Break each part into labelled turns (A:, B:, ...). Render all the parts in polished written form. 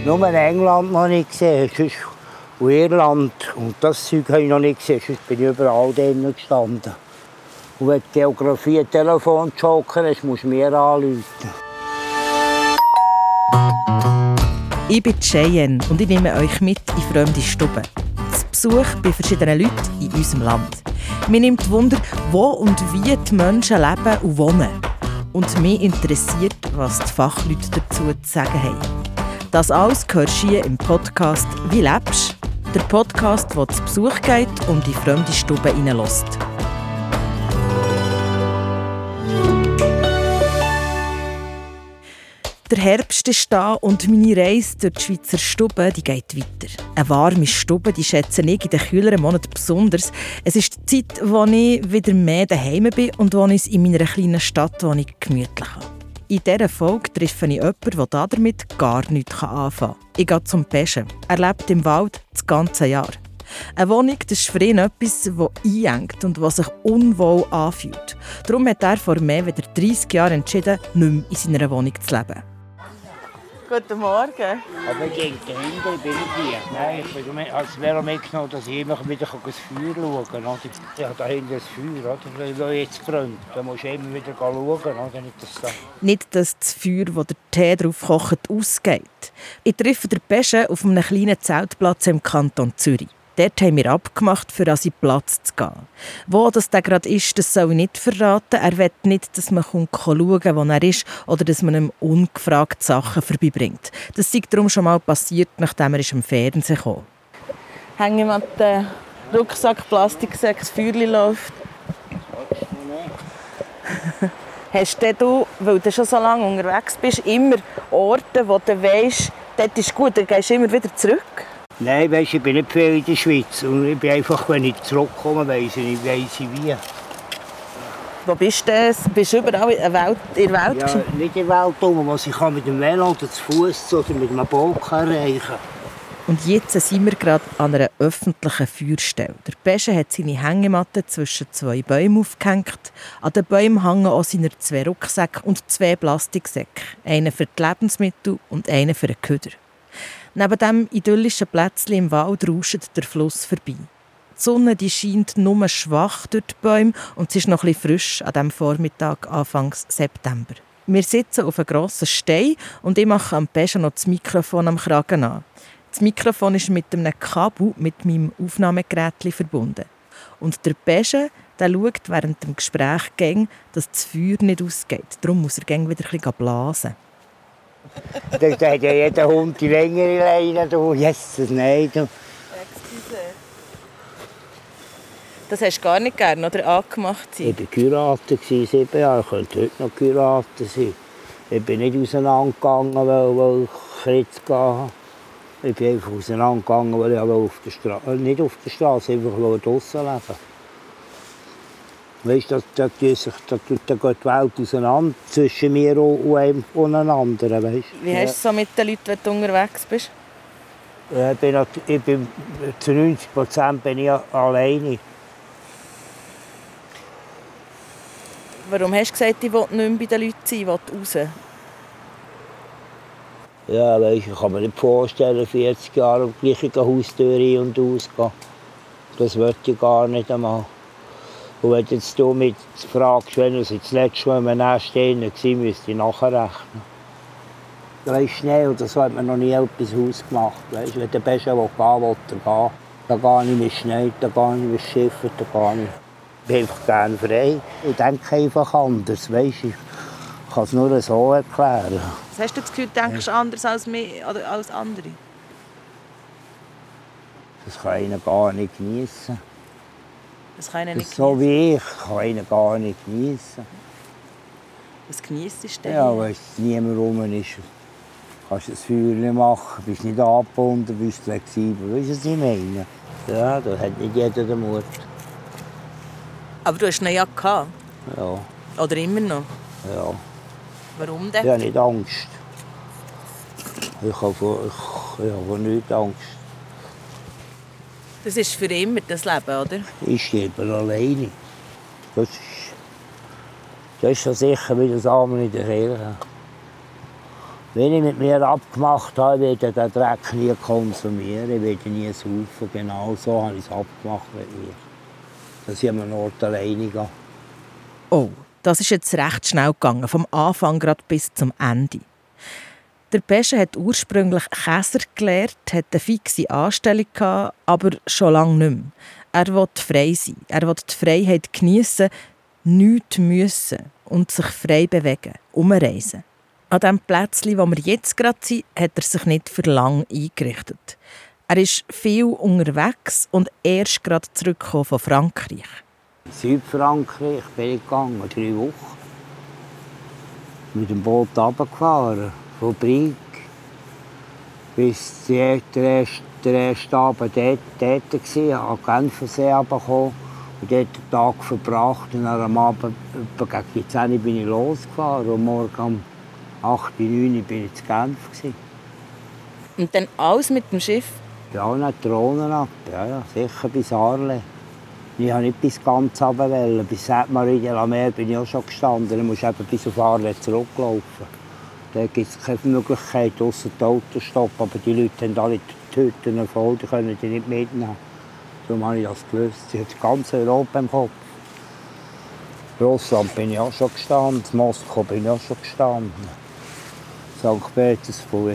A: Nur in England noch nicht gesehen, sonst und Irland. Und das Zeug habe ich noch nicht gesehen, sonst bin ich überall drinnen gestanden. Und wenn die Geografie ein Telefon joker ist, musst du mir anrufen.
B: Ich bin Cheyenne und ich nehme euch mit in fremde Stuben. Zu Besuch bei verschiedenen Leuten in unserem Land. Mir nimmt Wunder, wo und wie die Menschen leben und wohnen. Und mich interessiert, was die Fachleute dazu zu sagen haben. Das alles hörst du hier im Podcast «Wie lebst?», der Podcast, der zu Besuch geht und in fremde Stuben hineinlässt. Der Herbst ist da und meine Reise durch die Schweizer Stuben die geht weiter. Eine warme Stube die schätze ich in den kühleren Monaten besonders. Es ist die Zeit, wo ich wieder mehr daheim bin und wo ich es in meiner kleinen Stadt gemütlich habe. In dieser Folge treffe ich jemanden, der damit gar nichts anfangen kann. Ich gehe zum Peschen. Er lebt im Wald das ganze Jahr. Eine Wohnung das ist für ihn etwas, das einengt und was sich unwohl anfühlt. Darum hat er vor mehr als 30 Jahren entschieden, nicht mehr in seiner Wohnung zu leben.
C: Guten Morgen.
A: Aber ich gehe dahinter, ich bin nicht hier. Nein, ich bin als Velo mitgenommen, dass ich immer wieder das Feuer schauen kann. Ich habe da hinten das Feuer, oder? Weil jetzt brennt. Da musst du immer wieder schauen, oder?
B: Nicht, dass das Feuer, das der Tee drauf kocht, ausgeht. Ich treffe den Peschen auf einem kleinen Zeltplatz im Kanton Zürich. Dort haben wir abgemacht, für an seinen Platz zu gehen. Wo das gerade ist, das soll ich nicht verraten. Er will nicht, dass man schauen kann, wo er ist, oder dass man ihm ungefragt Sachen vorbeibringt. Das ist darum schon mal passiert, nachdem er im Fernsehen kam.
C: Hänge ich mit dem Rucksack, Plastiksack, das Feuerchen läuft. Hast du, weil du schon so lange unterwegs bist, immer Orte, wo du weisst, dort ist gut, dann gehst du immer wieder zurück?
A: Nein, weißt, ich bin nicht viel in der Schweiz. Und ich bin einfach, wenn ich zurückkomme, weiss ich nicht, wie.
C: Wo bist du? Bist du überall in der Welt?
A: Ja, nicht in der Welt, was ich kann mit dem Velo oder zu Fuß oder mit einem Boot erreichen.
B: Und jetzt sind wir gerade an einer öffentlichen Feuerstelle. Der Peschen hat seine Hängematte zwischen 2 Bäumen aufgehängt. An den Bäumen hängen auch seine 2 Rucksäcke und 2 Plastiksäcke. Einen für die Lebensmittel und einen für den Köder. Neben diesem idyllischen Plätzchen im Wald rauscht der Fluss vorbei. Die Sonne die scheint nur schwach durch die Bäume und es ist noch etwas frisch an diesem Vormittag Anfang September. Wir sitzen auf einem grossen Stein und ich mache am Peschen noch das Mikrofon am Kragen an. Das Mikrofon ist mit einem Kabel mit meinem Aufnahmegerät verbunden. Und der Peschen der schaut während dem Gespräch, dass das Feuer nicht ausgeht. Darum muss er wieder ein bisschen blasen.
A: Da hat ja jeder Hund die längere Leine. Jesus, nein.
C: Excuse. Das hast du gar nicht gerne oder angemacht sein?
A: Ich war geheiratet, 7 Jahre. Ich könnte heute noch geheiratet sein. Ich bin nicht auseinandergegangen, weil ich Kritz hatte. Ich bin einfach auseinandergegangen, weil ich auf der Straße, nicht auf der Straße, einfach draussen leben. Weißt du, da geht die Welt auseinander zwischen mir und einem anderen. Weißt?
C: Wie hast du es so mit den Leuten, wenn du unterwegs bist?
A: Ich bin zu 90% bin ich alleine.
C: Warum hast du gesagt, ich will nicht mehr bei den Leuten sein, ich will raus?
A: Ja, weißt, ich kann mir nicht vorstellen, 40 Jahre auf die gleiche Haustür ein- und ausgehen. Das wollte ich gar nicht einmal. Und wenn du jetzt mich fragst, wenn du das letzte Mal im Nest stehen war, müsste ich nachrechnen. Weißt, Schnee oder so hat man noch nie etwas Haus gemacht. Weißt, wenn der Peschen gehen will, er gehen. Da gehe ich mit Schnee, da gehe ich mit Schiffen, da gehe ich. Ich bin einfach gerne frei. Ich denke einfach anders. Weißt, ich kann es nur so erklären.
C: Was hast du das Gefühl, du denkst anders als mich oder als andere?
A: Das kann einer gar nicht genießen.
C: Das kann einer nicht
A: So wie ich kann einer gar nicht genießen.
C: Was genießt du denn?
A: Ja, wenn niemand rum ist, kannst du das Feuer nicht machen, bist nicht angebunden, bist flexibel. Weißt du, was ich meine? Ja, da hat nicht jeder den Mut.
C: Aber du hast ihn ja gehabt.
A: Ja.
C: Oder immer noch?
A: Ja.
C: Warum denn?
A: Ich habe nicht Angst. Ich habe vor nichts Angst.
C: Das ist für immer das Leben, oder?
A: Ich sterbe alleine. Das ist so sicher wie das Amen in der Kirche. Wenn ich mit mir abgemacht habe, werde ich den Dreck nie konsumieren, ich werde nie saufen. Genau so habe ich es abgemacht mit mir. Dass ich an einem Ort alleine gehe.
B: Oh, das ist jetzt recht schnell gegangen, vom Anfang gerade bis zum Ende. Der Pesche hat ursprünglich Käser gelernt, hat eine fixe Anstellung gehabt, aber schon lange nicht mehr. Er will frei sein, er will die Freiheit geniessen, nichts müssen und sich frei bewegen, umreisen. An dem Plätzchen, wo wir jetzt gerade sind, hat er sich nicht für lange eingerichtet. Er ist viel unterwegs und erst gerade zurückgekommen von Frankreich.
A: In Südfrankreich bin ich gegangen, 3 Wochen. Mit dem Boot runtergefahren, von Brieg bis der erste Abend dort war, an Genfersee runtergekommen und dort einen Tag verbracht. Und dann am Abend gegen die 10 Uhr bin ich losgefahren und morgen um 8, 9 Uhr bin ich zu Genf.
C: Und dann alles mit dem Schiff?
A: Ja, nicht Drohnen ab. Ja, sicher bis Arles. Ich wollte nicht bis ganz runter. Bis Sainte-Marie de la Mer bin ich auch schon gestanden. Dann musst du eben bis auf Arles zurücklaufen. Da gibt es keine Möglichkeit, ausser die Autostopp. Aber die Leute haben alle die Hütten voll, die können die nicht mitnehmen. Darum habe ich das gewusst. Ich hatte ganz Europa im Kopf. Russland bin ich auch schon gestanden, Moskau bin ich auch schon gestanden. St. Petersburg.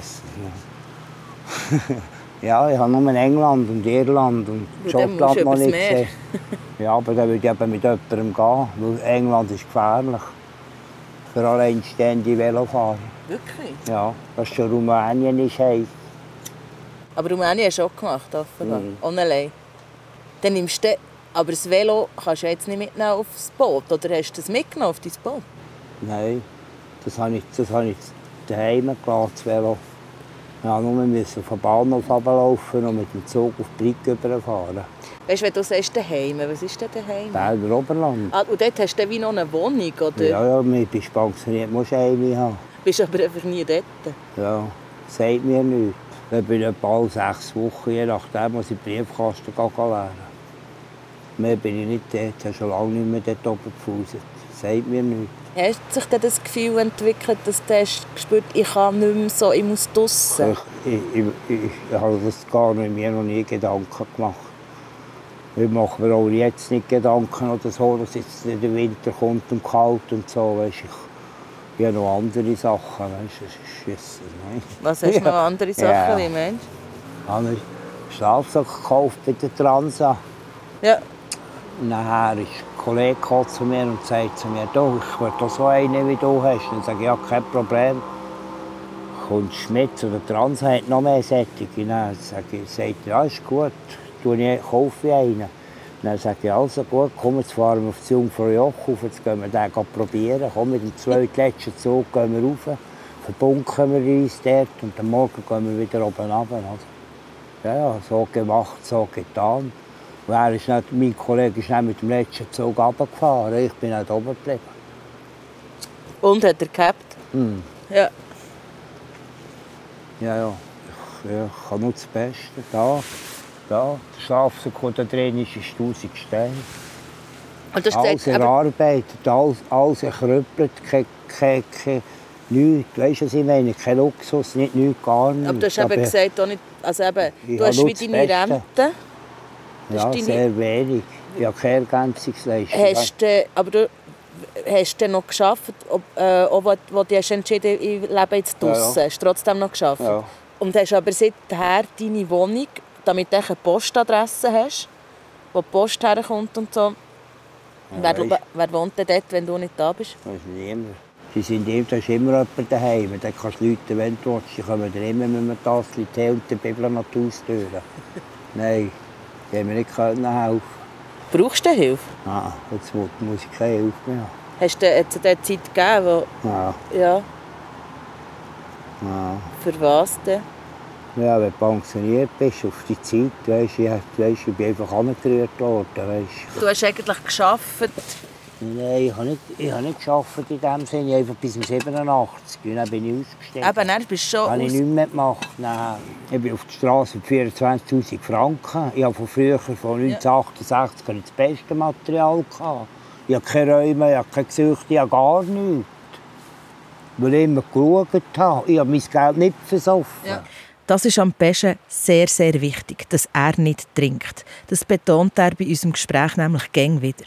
A: Ja, ich habe nur in England und Irland und Schottland noch nicht gesehen. Ja, aber dann würde ich eben mit jemandem gehen, weil England ist gefährlich. Für alleinstehende Velofahrer.
C: Wirklich?
A: Ja, das ist schon Rumänien ist heiß.
C: Aber Rumänien hast du auch gemacht, offenbar. Ohne allein. Dann nimmst du, aber das Velo kannst du jetzt nicht mitnehmen aufs Boot. Oder hast du das mitgenommen auf dein Boot?
A: Nein, das habe ich daheim gelassen, das Velo. Ja, nur wir müssen vom Bahnhof runterlaufen und mit dem Zug auf Brieg überfahren.
C: Weißt du, wenn du sagst daheim, was ist denn daheim?
A: Berner Oberland.
C: Ah, und dort hast du wie noch eine Wohnung, oder?
A: Ja, ich bin pensioniert, musst eine haben.
C: Bist aber einfach nie dort?
A: Ja, sagt mir nichts. Ich bin etwa alle 6 Wochen, je nachdem, was ich Briefkasten lernen. Mehr bin ich nicht dort, ich habe schon lange nicht mehr dort oben gefußt. Sagt mir nichts.
C: Hat sich dann das Gefühl entwickelt, dass du gespürt hast, ich kann nicht mehr so, ich muss draussen?
A: Ich habe das gar nicht, mir noch nie Gedanken gemacht. Ich mache mir auch jetzt nicht Gedanken oder so, dass jetzt der Winter kommt und kalt und so. Weißt, ich habe noch andere Sachen. Weißt, das ist
C: Was hast du noch andere Sachen,
A: ja.
C: wie meinst
A: Ich habe einen Schlafsack gekauft bei der Transa.
C: Ja.
A: Und nachher ist ein Kollege zu mir und sagt zu mir, du, ich will auch so einen, wie du hast. Und dann sage ich, ja, kein Problem. Kommst du mit zu der Transa, hat noch mehr Sättige. Dann sagt er, ja, ist gut, kaufe ich einen. Dann sage ich, also gut, komm, jetzt fahren wir auf das Jungfraujoch auf, jetzt gehen wir den probieren. Komm, mit dem zweitletzten Zug gehen wir rauf, verbunkern wir uns dort und am Morgen gehen wir wieder oben runter. Ja, so gemacht, so getan. Und mein Kollege ist dann mit dem letzten Zug runtergefahren, ich bin nicht oben geblieben.
C: Und hat er gehabt? Ja.
A: Ja. Ich habe nur das Beste. Da, der Schlafsack, der drin ist 1000 Steine. Alles erarbeitet, alles erkrüppelt, nichts. Weißt du, was ich meine? Kein Luxus, nichts, gar nichts.
C: Aber du hast eben gesagt, auch nicht, also eben, du hast wie deine Rente.
A: Ja, sehr wenig. Ich habe keine Ergänzungsleistung.
C: Aber du hast dann noch gearbeitet, auch wo du hast entschieden, ich lebe jetzt draussen, ja. Hast du trotzdem noch gearbeitet?
A: Ja.
C: Und hast aber seither deine Wohnung, damit du eine Postadresse hast, wo die Post herkommt und so. Ja, wer wohnt denn dort, wenn du nicht da bist?
A: Das ist niemand. Da ist immer jemand daheim. Da kannst du Leute, wenn du willst, die kommen dann immer mit einem Tassel Tee und der Bibel nach die Haustür. Nein, die haben mir nicht helfen.
C: Brauchst du Hilfe?
A: Nein, jetzt muss ich keine Hilfe mehr haben.
C: Hast du jetzt eine Zeit gegeben, wo... Ja. Für was denn?
A: Ja, wenn du pensioniert bist, auf die Zeit, ich bin einfach angerührt worden. Weißt.
C: Du hast eigentlich gearbeitet?
A: Nein, ich habe nicht gearbeitet in dem Sinne, einfach bis 87. Und dann bin ich ausgestiegen.
C: Aber dann bist du schon...
A: Habe ich nichts mehr gemacht. Nein. Ich bin auf der Straße mit 24'000 Franken. Ich habe von früher, von 1968, das beste Material gehabt. Ich habe keine Räume, ich habe keine Geschichte, ich habe gar nichts. weil ich immer geschaut habe. Ich habe mein Geld nicht versoffen.
C: Ja.
B: Das ist am Pesche sehr, sehr wichtig, dass er nicht trinkt. Das betont er bei unserem Gespräch nämlich gäng wieder.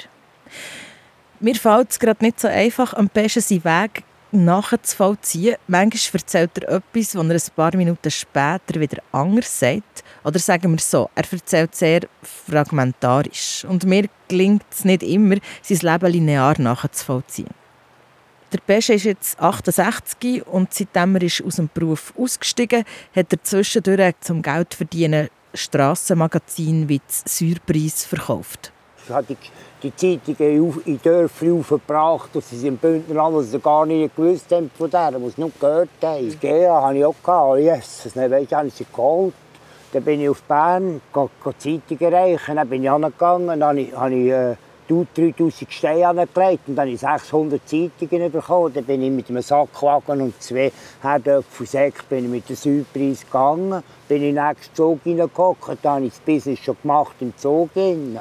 B: Mir fällt es gerade nicht so einfach, am Pesche seinen Weg nachzuvollziehen. Manchmal erzählt er etwas, was er ein paar Minuten später wieder anders sagt. Oder sagen wir so, er erzählt sehr fragmentarisch. Und mir gelingt es nicht immer, sein Leben linear nachzuvollziehen. Der Pesche ist jetzt 68 und seitdem er aus dem Beruf ausgestiegen ist, hat er zwischendurch zum Geld verdienen Strassenmagazin wie das Surprise verkauft.
A: Ich habe die Zeitungen in Dörfer aufgebracht, dass sie im Bündnerland, dass sie gar nicht gewusst haben von der, die es nicht gehört haben. Das GEA hatte ich auch gehabt. Jesus, dann habe ich sie geholt. Dann bin ich auf Bern, Zeitungen reichen. Dann bin ich angegangen, dann habe ich 3000 Steine angelegt und dann habe ich 600 Zeitungen bekommen. Dann bin ich mit einem Sackwagen und 2 Herdöpfel Säck bin ich mit dem Südpreis gegangen. Bin in den nächsten Zug hineingehockt, dann habe ich das Business schon gemacht im Zug hinein.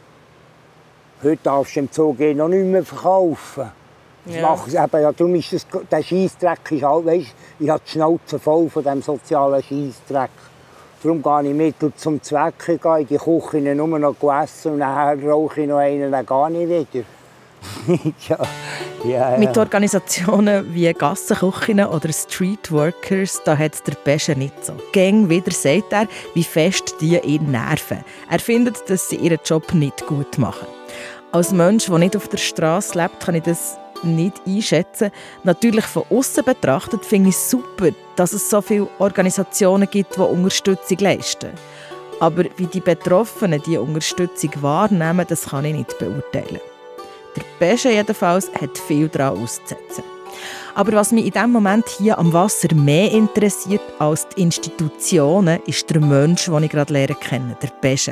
A: Heute darfst du im Zug noch nicht mehr verkaufen.
C: Ja.
A: Darum ist der Scheissdreck ist halt, weißt, ich habe die Schnauze voll von diesem sozialen Scheissdreck. Darum gehe ich Mittel zum Zweck, ich gehe in die Küche nur noch essen und dann rauche ich noch einen, dann gehe ich wieder. ja.
B: Mit Organisationen wie Gassenküchen oder Streetworkers da hat der Pesche nicht so. Gäng wieder sagt er, wie fest die ihn nerven. Er findet, dass sie ihren Job nicht gut machen. Als Mensch, der nicht auf der Straße lebt, kann ich das nicht einschätzen. Natürlich von außen betrachtet finde ich es super, dass es so viele Organisationen gibt, die Unterstützung leisten. Aber wie die Betroffenen diese Unterstützung wahrnehmen, das kann ich nicht beurteilen. Der Pesche jedenfalls hat viel daran auszusetzen. Aber was mich in diesem Moment hier am Wasser mehr interessiert als die Institutionen, ist der Mensch, den ich gerade lernen kenne, der Pesche.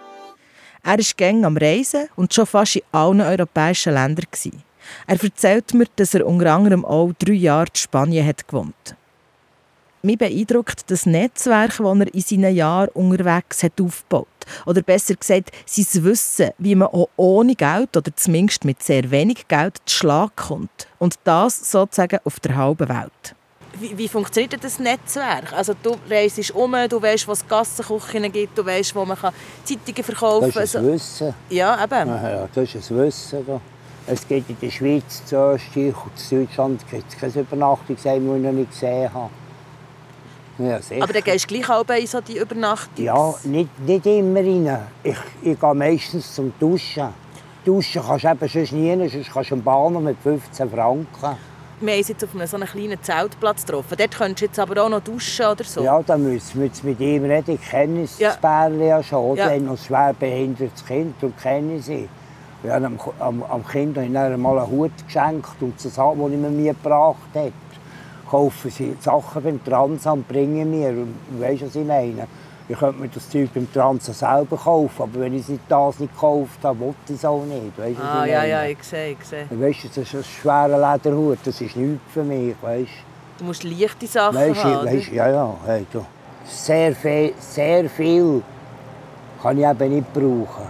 B: Er ist gäng am Reisen und schon fast in allen europäischen Ländern gewesen. Er erzählt mir, dass er unter anderem auch 3 Jahre in Spanien hat gewohnt. Mich beeindruckt das Netzwerk, das er in seinen Jahren unterwegs hat aufgebaut. Oder besser gesagt, sein Wissen, wie man auch ohne Geld oder zumindest mit sehr wenig Geld zu Schlag kommt. Und das sozusagen auf der halben Welt.
C: Wie funktioniert das Netzwerk? Also du reist du weißt, wo es Gassenküchen gibt, du weißt, wo man Zeitungen verkaufen kann.
A: Das ist ein Wissen.
C: Ja, eben.
A: Ja, das ist ein Wissen. Da. Es gibt in der Schweiz, in Österreich und in Deutschland kein Übernachtungsheim, das ich noch nicht gesehen habe. Ja,
C: aber dann gehst du gleich auch in so die Übernachtung?
A: Ja, nicht immer rein. Ich gehe meistens zum Duschen. Duschen kannst du eben sonst nie, sonst kannst du am Bahnhof mit 15 Franken.
C: Wir haben uns jetzt auf so einem kleinen Zeltplatz getroffen. Dort könntest du jetzt aber auch noch duschen oder so?
A: Ja, dann müssen wir mit ihm reden. Ich kenne das Bärli ja schon. Ja. Er hat noch ein schwer behindertes Kind und kenne sie. Ja, am Kind habe ich dann mal einen Hut geschenkt und das Sachen, das er mir gebracht hat. Kaufen sie Sachen beim Transa und bringen mir. Weißt du, was ich meine? Ich könnte mir das Zeug beim Transa selber kaufen, aber wenn ich das nicht gekauft habe, will ich es auch nicht. Weißt du, was ich meine?
C: Ja, ich sehe.
A: Weißt du, das ist ein schwerer Lederhut, das ist nichts für mich. Weißt?
C: Du musst leichte Sachen haben.
A: Weißt, ja. Hey, du. Sehr viel kann ich eben nicht brauchen.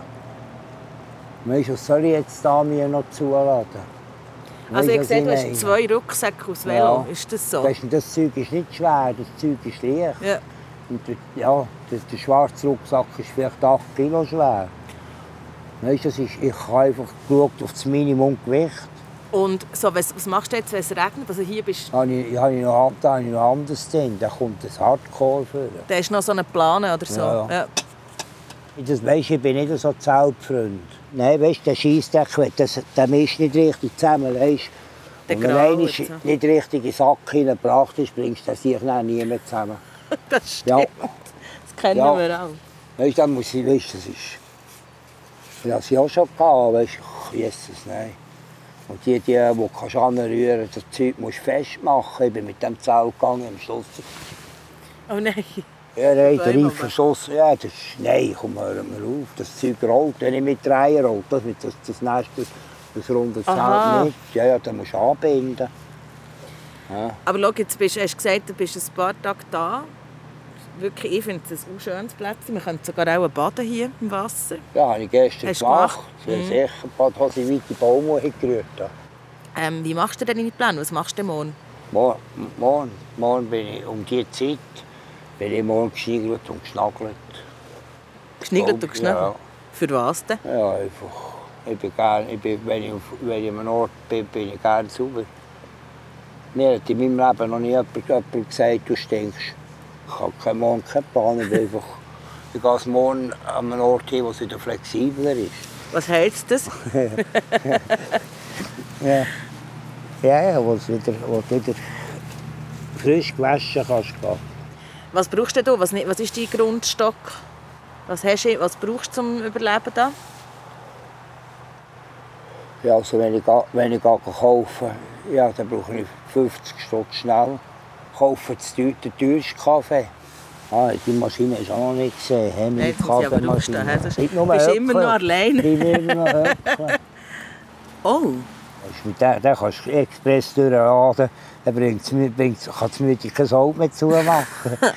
A: Weißt du, was soll ich jetzt da mir noch zuladen?
C: Also ich sehe, du hast 2 Rucksäcke aus Velo. Ja. Ist das so?
A: Das Zeug ist nicht schwer, das Zeug ist leicht.
C: Ja.
A: Und der schwarze Rucksack ist vielleicht 8 Kilo schwer. Weißt, ich habe einfach geschaut auf das Minimumgewicht.
C: Und so, was machst du jetzt, wenn es regnet? Also hier bist
A: habe ich noch anders drin. Da kommt das Hardcore für.
C: Da ist noch so eine Plane oder so. Ja.
A: Das weisst, ich bin nicht so ein Zeltfreund. Nein, weißt, der Scheissdreck, der mischt nicht richtig zusammen. Weißt. Und wenn einer nicht richtig in den Sack hineingebracht ist, bringst du sich nie mehr zusammen.
C: Das stimmt. Ja. Das kennen wir auch.
A: Weißt, dann muss ich, weißt, das ist... Das habe ich auch schon gehabt, weißt du. Jesus, nein. Und die kannst du anrühren, das Zeug musst du festmachen. Ich bin mit dem Zelt gegangen am Schluss.
C: Oh nein.
A: Ja, nein, der Reifenschuss, ja, nein, komm, hör mir auf. Das Zeug rollt, wenn ich mit Reihen rollt, das nächste, das runde Zelt nicht. Ja, das musst du anbinden. Ja.
C: Aber schau, jetzt hast du gesagt, du bist ein paar Tage da. Wirklich, ich finde es ein schönes Plätzchen. Wir können sogar auch baden hier im Wasser.
A: Ja, habe ich gestern gemacht. Sicher, habe ich weit die Bäume gerührt.
C: Wie machst du denn deine Pläne? Was machst du morgen?
A: Morgen bin ich um diese Zeit geschniegelt und geschnagelt.
C: Geschniegelt und geschnagelt?
A: Ja.
C: Für was denn?
A: Ja, einfach. Wenn ich an einem Ort bin ich gerne sauber. Mir hat in meinem Leben noch nie jemand gesagt, du stinkst. Ich habe keinen Morgen keinen Plan. Ich gehe morgen an einen Ort hin, wo es wieder flexibler ist.
C: Was heisst das?
A: Wo du wieder frisch gewaschen kannst gehen.
C: Was brauchst du? Was ist dein Grundstock? Was brauchst du zum Überleben da?
A: Ja, also wenn ich kaufe, ja, dann brauche ich 50 Stück schnell. Kaufe den teuersten Kaffee. Die Maschine ist auch noch nicht gesehen.
C: Nein, das muss ich aber aufstehen. Du
A: bist
C: immer noch alleine.
A: Ich bin immer noch Höpfel.
C: Oh.
A: Mit dem kannst du Express durchladen. Dann kann es mir kein Salz mehr zumachen.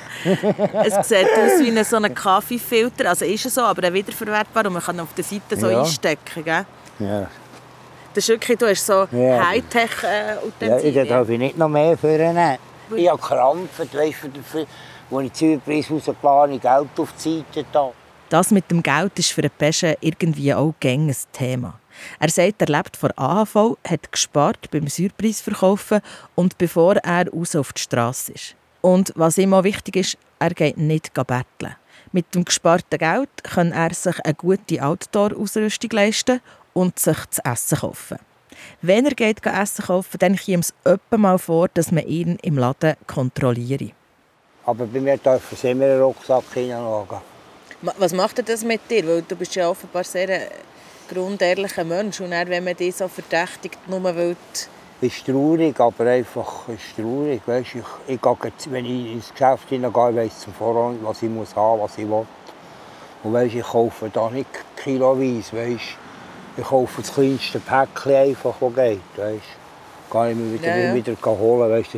C: Es sieht aus wie so ein Kaffeefilter. Also ist es so, aber wiederverwertbar. Und man kann auf der Seite so einstecken. Gell?
A: Ja.
C: Das ist wirklich, du hast so Hightech Utensilien.
A: Ja, da darf ich nicht noch mehr vornehmen. Ich habe gekrampft, weißt du, als ich den Preis rausgelassen habe, Geld auf die Seite da.
B: Das mit dem Geld ist für den Pesche irgendwie auch ein Thema. Er sagt, er lebt von AHV, hat gespart beim Surpreisverkaufen und bevor er raus auf die Straße ist. Und was ihm auch wichtig ist, er geht nicht betteln. Mit dem gesparten Geld kann er sich eine gute Outdoor-Ausrüstung leisten und sich zu essen kaufen. Wenn er geht essen kaufen, dann kommt es öppe mal vor, dass man ihn im Laden kontrolliere.
A: Aber bei mir dürfen sie immer einen Rucksack hineinschauen.
C: Was macht das mit dir? Weil du bist ja offenbar sehr ein grundehrlicher Mensch. Und dann, wenn man dich so verdächtigt, nur weil
A: ist traurig, aber einfach ist traurig. Weißt, ich gehe, wenn ich ins Geschäft hineingehe, weiss ich zum Voraus, was ich muss haben, was ich will. Und weißt, ich kaufe da nicht kiloweise. Weißt, ich kaufe das kleinste Päckchen einfach, das geht. Weißt, gehe ich mir wieder holen. Weißt,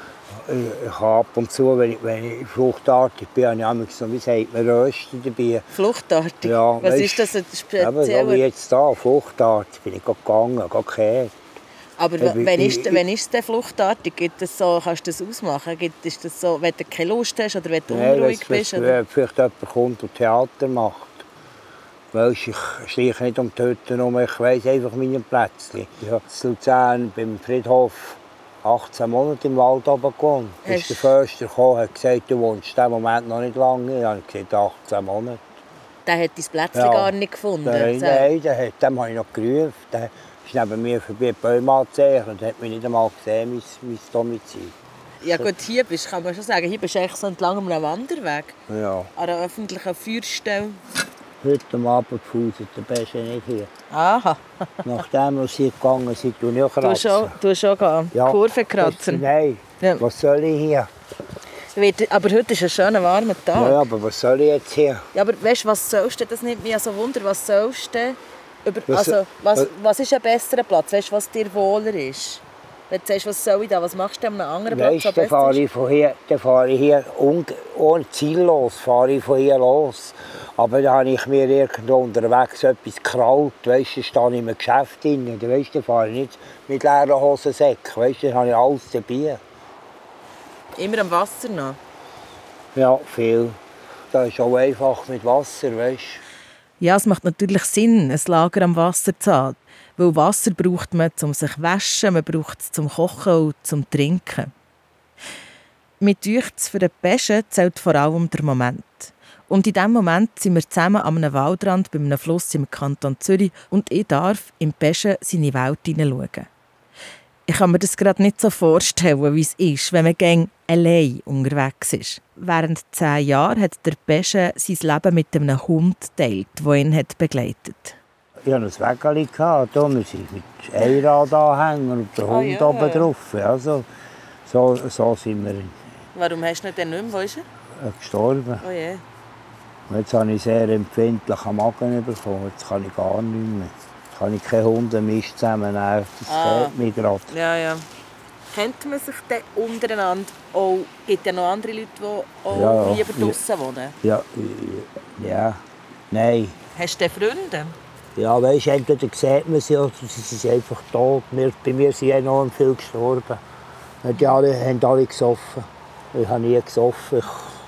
A: ich habe ab und zu, wenn ich fluchtartig bin, habe ich immer so, wie sagt man, Rösten dabei.
C: Fluchtartig?
A: Ja,
C: was ist das speziell?
A: So wie jetzt hier, fluchtartig, bin ich gegangen, gekehrt.
C: Aber wenn ist es fluchtartig? Gibt es so, kannst du das ausmachen? Ist das so, wenn du keine Lust hast oder wenn du unruhig bist?
A: Wenn vielleicht jemand kommt und Theater macht. Weisst, ich schleiche nicht um die Hütte herum, ich weiss einfach meine Plätzchen. Ich habe in Luzern beim Friedhof 18 Monate im Wald oben gewohnt. Ist der Förster gekommen und hat gesagt, du wohnst in diesem Moment noch nicht lange. Ich habe gesagt, 18 Monate.
C: Der hat dein Plätzchen gar nicht gefunden?
A: Nein, dem habe ich noch gerufen. Der ist neben mir vorbei, die Bäume angezeichnet und hat mich nicht einmal gesehen, mein Domizil.
C: Ja gut, hier bist, kann man schon sagen, hier bist du eigentlich so entlang einem Wanderweg.
A: Ja.
C: An einer öffentlichen Feuerstelle.
A: Heute am Abend fuselt der Pesche nicht hier.
C: Aha.
A: Nachdem, was sie gegangen sind, tue ich auch kratzen.
C: Du schon gehen? Ja. Kurve kratzen?
A: Nein, ja. Was soll ich hier?
C: Aber heute ist ein schöner, warmer Tag.
A: Ja, aber was soll ich jetzt hier?
C: Ja, aber weißt du, was sollst du? Das nimmt mich so Wunder. Was sollst du? Was ist ein besserer Platz? Weißt du, was dir wohler ist? Wenn du sagst, was soll ich da? Was machst du an einem anderen Platz?
A: Weißt, dann fahre ich hier ohne ziellos fahre ich von hier los. Aber dann habe ich mir irgendwo unterwegs etwas gekraut. Weißt, dann stehe ich in einem Geschäft drin. Dann fahre ich nicht mit leeren Hosensäcken. Weißt, dann habe ich alles dabei.
C: Immer am Wasser noch?
A: Ja, viel. Das ist auch einfach mit Wasser, weißt.
B: Ja, es macht natürlich Sinn, ein Lager am Wasser zu haben. Weil Wasser braucht man, um sich zu waschen, man braucht es zum Kochen und zum Trinken. Mit Düchts für den Pesche zählt vor allem der Moment. Und in diesem Moment sind wir zusammen an einem Waldrand bei einem Fluss im Kanton Zürich und ich darf im Pesche seine Welt hineinschauen. Ich kann mir das gerade nicht so vorstellen, wie es ist, wenn man gäng allein unterwegs ist. Während 10 Jahren hat der Pesche sein Leben mit einem Hund geteilt, der ihn begleitet.
A: Ich hatte ein Wägeli, da wir sind mit Einradanhänger und der Hund oben drauf. Ja, so sind wir.
C: Warum hast du ihn denn nicht mehr? Wo ist er?
A: Gestorben.
C: Oh je.
A: Und jetzt habe ich sehr empfindlichen Magen bekommen. Jetzt kann ich gar nicht mehr. Jetzt kann ich keine Hundemisch zusammennehmen. Das fehlt mir gerade.
C: Ja. Kennt man sich denn untereinander auch? Gibt es ja noch andere Leute, die auch lieber draussen wohnen?
A: Ja. Nein.
C: Hast du denn Freunde?
A: Ja, weisst, entweder sieht man sie oder sie sind einfach tot. Bei mir sind enorm viele gestorben. Die haben alle gesoffen. Ich habe nie gesoffen.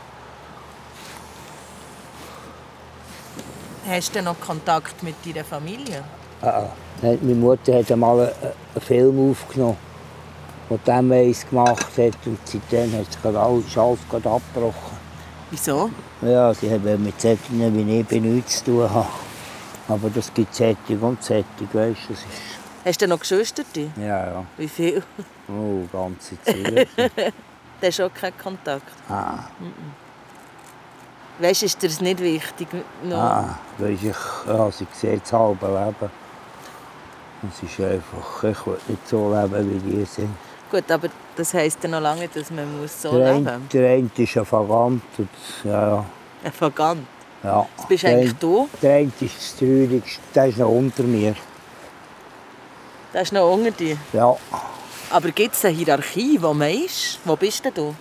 C: Hast du noch Kontakt mit deiner Familie?
A: Meine Mutter hat einmal einen Film aufgenommen, der damals gemacht hat. Und seitdem hat sie alles abgebrochen.
C: Wieso?
A: Ja, sie haben mit solchen wie ich nichts zu tun haben. Aber das gibt Sättig und Sättig, weißt du.
C: Hast du noch Geschwister?
A: Ja.
C: Wie viel?
A: Oh, ganze Zeit.
C: Du hast auch keinen Kontakt? Weißt du, ist dir das nicht wichtig?
A: Weisst ich sehe das halbe Leben. Es ist einfach, ich will nicht so leben, wie die sind.
C: Gut, aber das heisst ja noch lange nicht, dass man so leben muss.
A: Der eine ist ein Vagant.
C: Ein Vagant?
A: Ja.
C: Das bist eigentlich du?
A: Der eine ist das Traurigste, der ist noch unter mir.
C: Der ist noch unter dir?
A: Ja.
C: Aber gibt es eine Hierarchie, wo man ist? Wo bist denn du?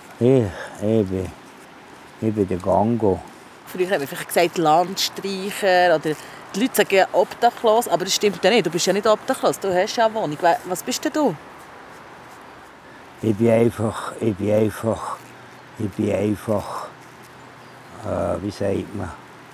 A: Ich bin der Gango.
C: Früher haben wir vielleicht gesagt Landstreicher oder die Leute sagen obdachlos, aber das stimmt ja nicht. Du bist ja nicht obdachlos, du hast ja eine Wohnung. Was bist denn du?
A: Ich bin einfach, wie sagt man?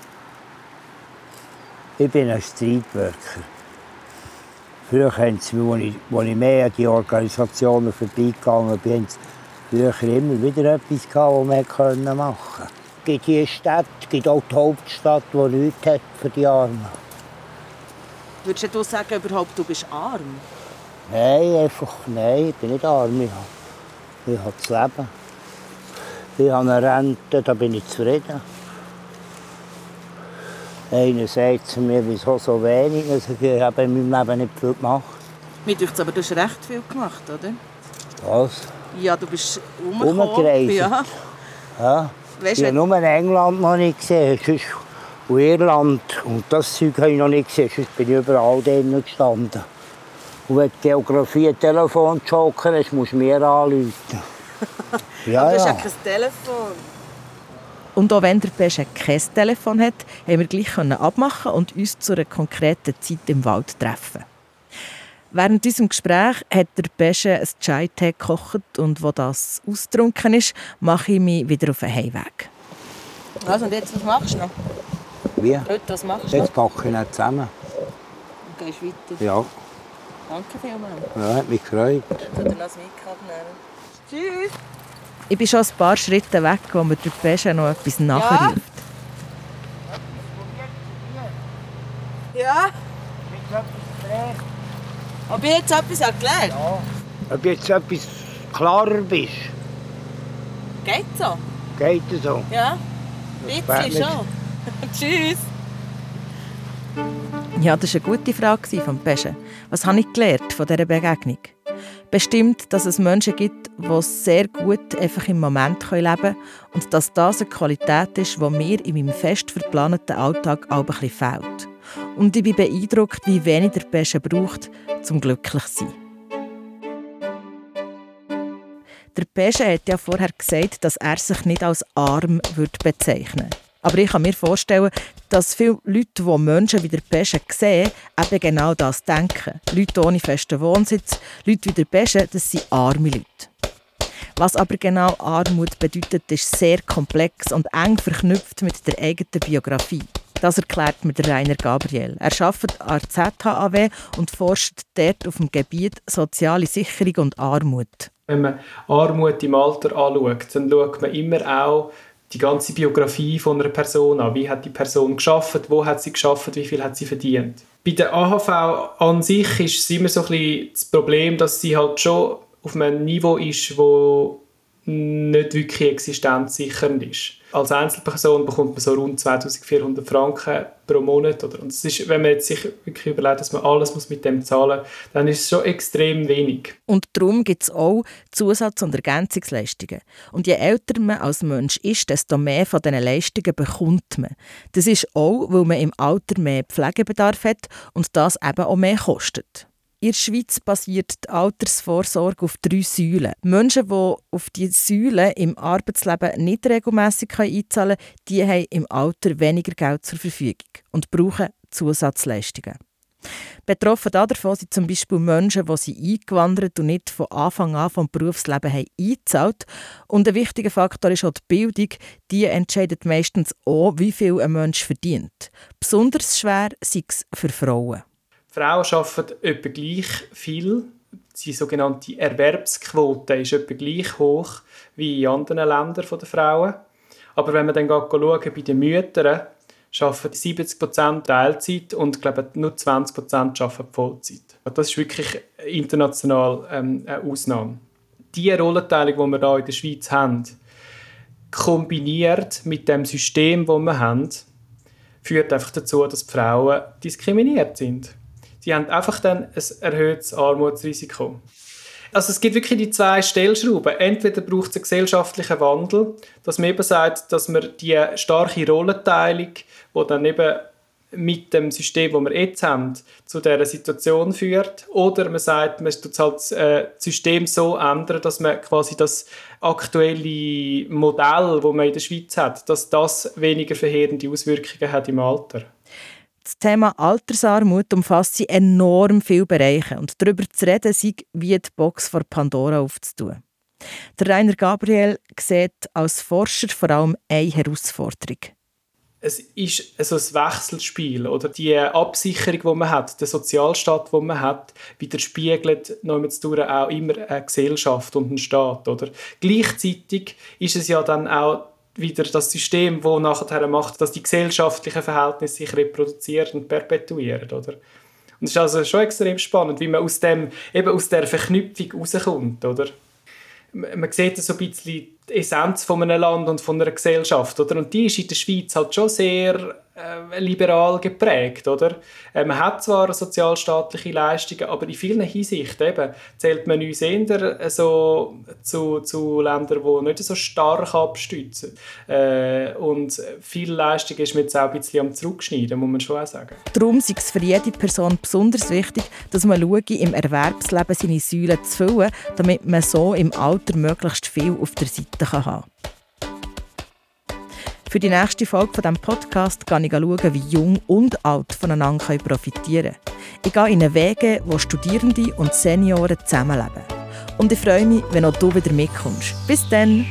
A: Ich bin ein Streetworker. Früher haben sie, als ich mehr an die Organisationen vorbeigegangen bin, haben sie früher immer wieder etwas gehabt, was man machen konnte. Es gibt hier Städte, es gibt auch die Hauptstadt, die nichts hat für die Armen.
C: Würdest du sagen, überhaupt, du bist arm?
A: Nein, ich bin nicht arm. Ich habe das Leben. Ich habe eine Rente, da bin ich zufrieden. Einer sagt zu mir, wieso so wenig? Also ich habe in meinem Leben nicht viel gemacht.
C: Mir denkt aber du hast recht viel gemacht, oder?
A: Was?
C: Ja, du bist
A: umgereist. Ja.
C: Weißt,
A: ich habe nur in England noch nicht gesehen, sonst und Irland. Und das Zeug habe ich noch nicht gesehen, sonst bin ich überall drinnen gestanden. Und wenn die Geografie ein Telefonjoker hast, musst du mir anrufen.
C: Ja, aber du hast ja kein Telefon.
B: Und auch wenn der Pesche kein Telefon hat, haben wir gleich abmachen und uns zu einer konkreten Zeit im Wald treffen. Während unserem Gespräch hat der Pesche ein Chai-Tee gekocht und wo das ausgetrunken ist, mache ich mich wieder auf den Heimweg.
C: Also, und jetzt, was machst du noch?
A: Wie?
C: Heute, was machst du
A: Jetzt packe ich ihn zusammen.
C: Und gehst weiter?
A: Ja.
C: Danke vielmals.
A: Ja, hat mich gefreut.
C: Ich kann dir noch das Mikro abnehmen. Tschüss!
B: Ich bin schon ein paar Schritte weg, wo mir der Pesche noch etwas nachruft.
C: Ja? Ob ich jetzt etwas erklärt?
A: Ja. Ob du jetzt etwas klarer bist.
C: Geht so?
A: Geht es so?
C: Ja? Ein bisschen schon. Tschüss!
B: Ja, das war eine gute Frage von Pesche. Was habe ich gelernt von dieser Begegnung? Bestimmt, dass es Menschen gibt, die sehr gut einfach im Moment leben können und dass das eine Qualität ist, die mir in meinem fest verplanten Alltag auch ein bisschen fehlt. Und ich bin beeindruckt, wie wenig der Pesche braucht, um glücklich zu sein. Der Pesche hat ja vorher gesagt, dass er sich nicht als arm bezeichnen würde. Aber ich kann mir vorstellen, dass viele Leute, die Menschen wie der Pesche sehen, eben genau das denken. Leute ohne festen Wohnsitz, Leute wie der Pesche, das sind arme Leute. Was aber genau Armut bedeutet, ist sehr komplex und eng verknüpft mit der eigenen Biografie. Das erklärt mir der Rainer Gabriel. Er arbeitet an der ZHAW und forscht dort auf dem Gebiet soziale Sicherung und Armut.
D: Wenn man Armut im Alter anschaut, dann schaut man immer auch die ganze Biografie von einer Person an. Wie hat die Person gearbeitet, wo hat sie gearbeitet, wie viel hat sie verdient. Bei der AHV an sich ist es immer so ein bisschen das Problem, dass sie halt schon auf einem Niveau ist, wo nicht wirklich existenzsichernd ist. Als Einzelperson bekommt man so rund 2400 Franken pro Monat. Und das ist, wenn man jetzt sich wirklich überlegt, dass man alles mit dem zahlen muss, dann ist es schon extrem wenig.
B: Und darum gibt es auch Zusatz- und Ergänzungsleistungen. Und je älter man als Mensch ist, desto mehr von diesen Leistungen bekommt man. Das ist auch, weil man im Alter mehr Pflegebedarf hat und das eben auch mehr kostet. In der Schweiz basiert die Altersvorsorge auf 3 Säulen. Menschen, die auf diese Säulen im Arbeitsleben nicht regelmässig einzahlen können, die haben im Alter weniger Geld zur Verfügung und brauchen Zusatzleistungen. Betroffen davon sind zum Beispiel Menschen, die sie eingewandert und nicht von Anfang an vom Berufsleben haben eingezahlt. Und ein wichtiger Faktor ist auch die Bildung. Die entscheidet meistens auch, wie viel ein Mensch verdient. Besonders schwer sei es für Frauen.
D: Frauen arbeiten etwa gleich viel. Die sogenannte Erwerbsquote ist etwa gleich hoch wie in anderen Ländern der Frauen. Aber wenn man dann schauen, bei den Müttern, arbeiten 70% Teilzeit und ich glaube, nur 20% arbeiten Vollzeit. Das ist wirklich international eine Ausnahme. Die Rollenteilung, die wir hier in der Schweiz haben, kombiniert mit dem System, das wir haben, führt einfach dazu, dass die Frauen diskriminiert sind. Sie haben einfach dann ein erhöhtes Armutsrisiko. Also es gibt wirklich die zwei Stellschrauben. Entweder braucht es einen gesellschaftlichen Wandel, dass man eben sagt, dass man die starke Rollenteilung, die dann eben mit dem System, das wir jetzt haben, zu dieser Situation führt. Oder man sagt, man tut halt das System so ändern, dass man quasi das aktuelle Modell, das man in der Schweiz hat, dass das weniger verheerende Auswirkungen hat im Alter.
B: Das Thema Altersarmut umfasst sie enorm viele Bereiche und darüber zu reden, sei wie die Box vor Pandora aufzutun. Der Rainer Gabriel sieht als Forscher vor allem eine Herausforderung.
D: Es ist also ein Wechselspiel, oder die Absicherung, die man hat, der Sozialstaat, den man hat, widerspiegelt auch immer eine Gesellschaft und einen Staat. Oder? Gleichzeitig ist es ja dann auch wieder das System, das nachher macht, dass die gesellschaftlichen Verhältnisse sich reproduzieren und perpetuieren. Oder? Und es ist also schon extrem spannend, wie man aus dieser Verknüpfung rauskommt. Oder? Man sieht so ein bisschen die Essenz von einem Land und von einer Gesellschaft. Oder? Und die ist in der Schweiz halt schon sehr liberal geprägt. Oder? Man hat zwar sozialstaatliche Leistungen, aber in vielen Hinsichten eben, zählt man uns eher so zu Ländern, die nicht so stark abstützen. Und viele Leistungen ist man jetzt auch ein bisschen am Zurückschneiden, muss man schon auch sagen.
B: Darum ist es für jede Person besonders wichtig, dass man schaue, im Erwerbsleben seine Säulen zu füllen, damit man so im Alter möglichst viel auf der Seite haben kann. Für die nächste Folge dieses Podcasts gehe ich schauen, wie jung und alt voneinander profitieren können. Ich gehe in eine Wege, wo Studierende und Senioren zusammenleben. Und ich freue mich, wenn auch du wieder mitkommst. Bis dann!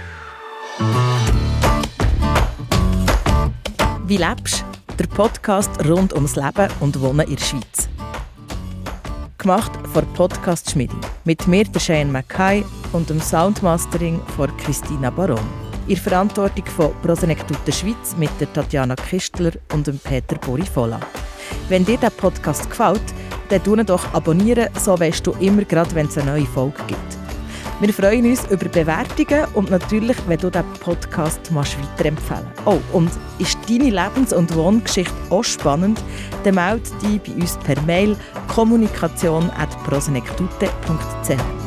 B: «Wie lebst?» Der Podcast rund ums Leben und Wohnen in der Schweiz. Gemacht von Podcast Schmidi. Mit mir, der Shane Mackay, und dem Soundmastering von Christina Baron. In Verantwortung von Prosenektute Schweiz mit der Tatjana Kistler und dem Peter Borifola. Wenn dir der Podcast gefällt, dann tu ihn doch abonnieren, so weisst du immer gerade, wenn es eine neue Folge gibt. Wir freuen uns über Bewertungen und natürlich, wenn du diesen Podcast weiterempfehlen magst. Oh, und ist deine Lebens- und Wohngeschichte auch spannend, dann melde dich bei uns per Mail kommunikation@prosenektute.ch.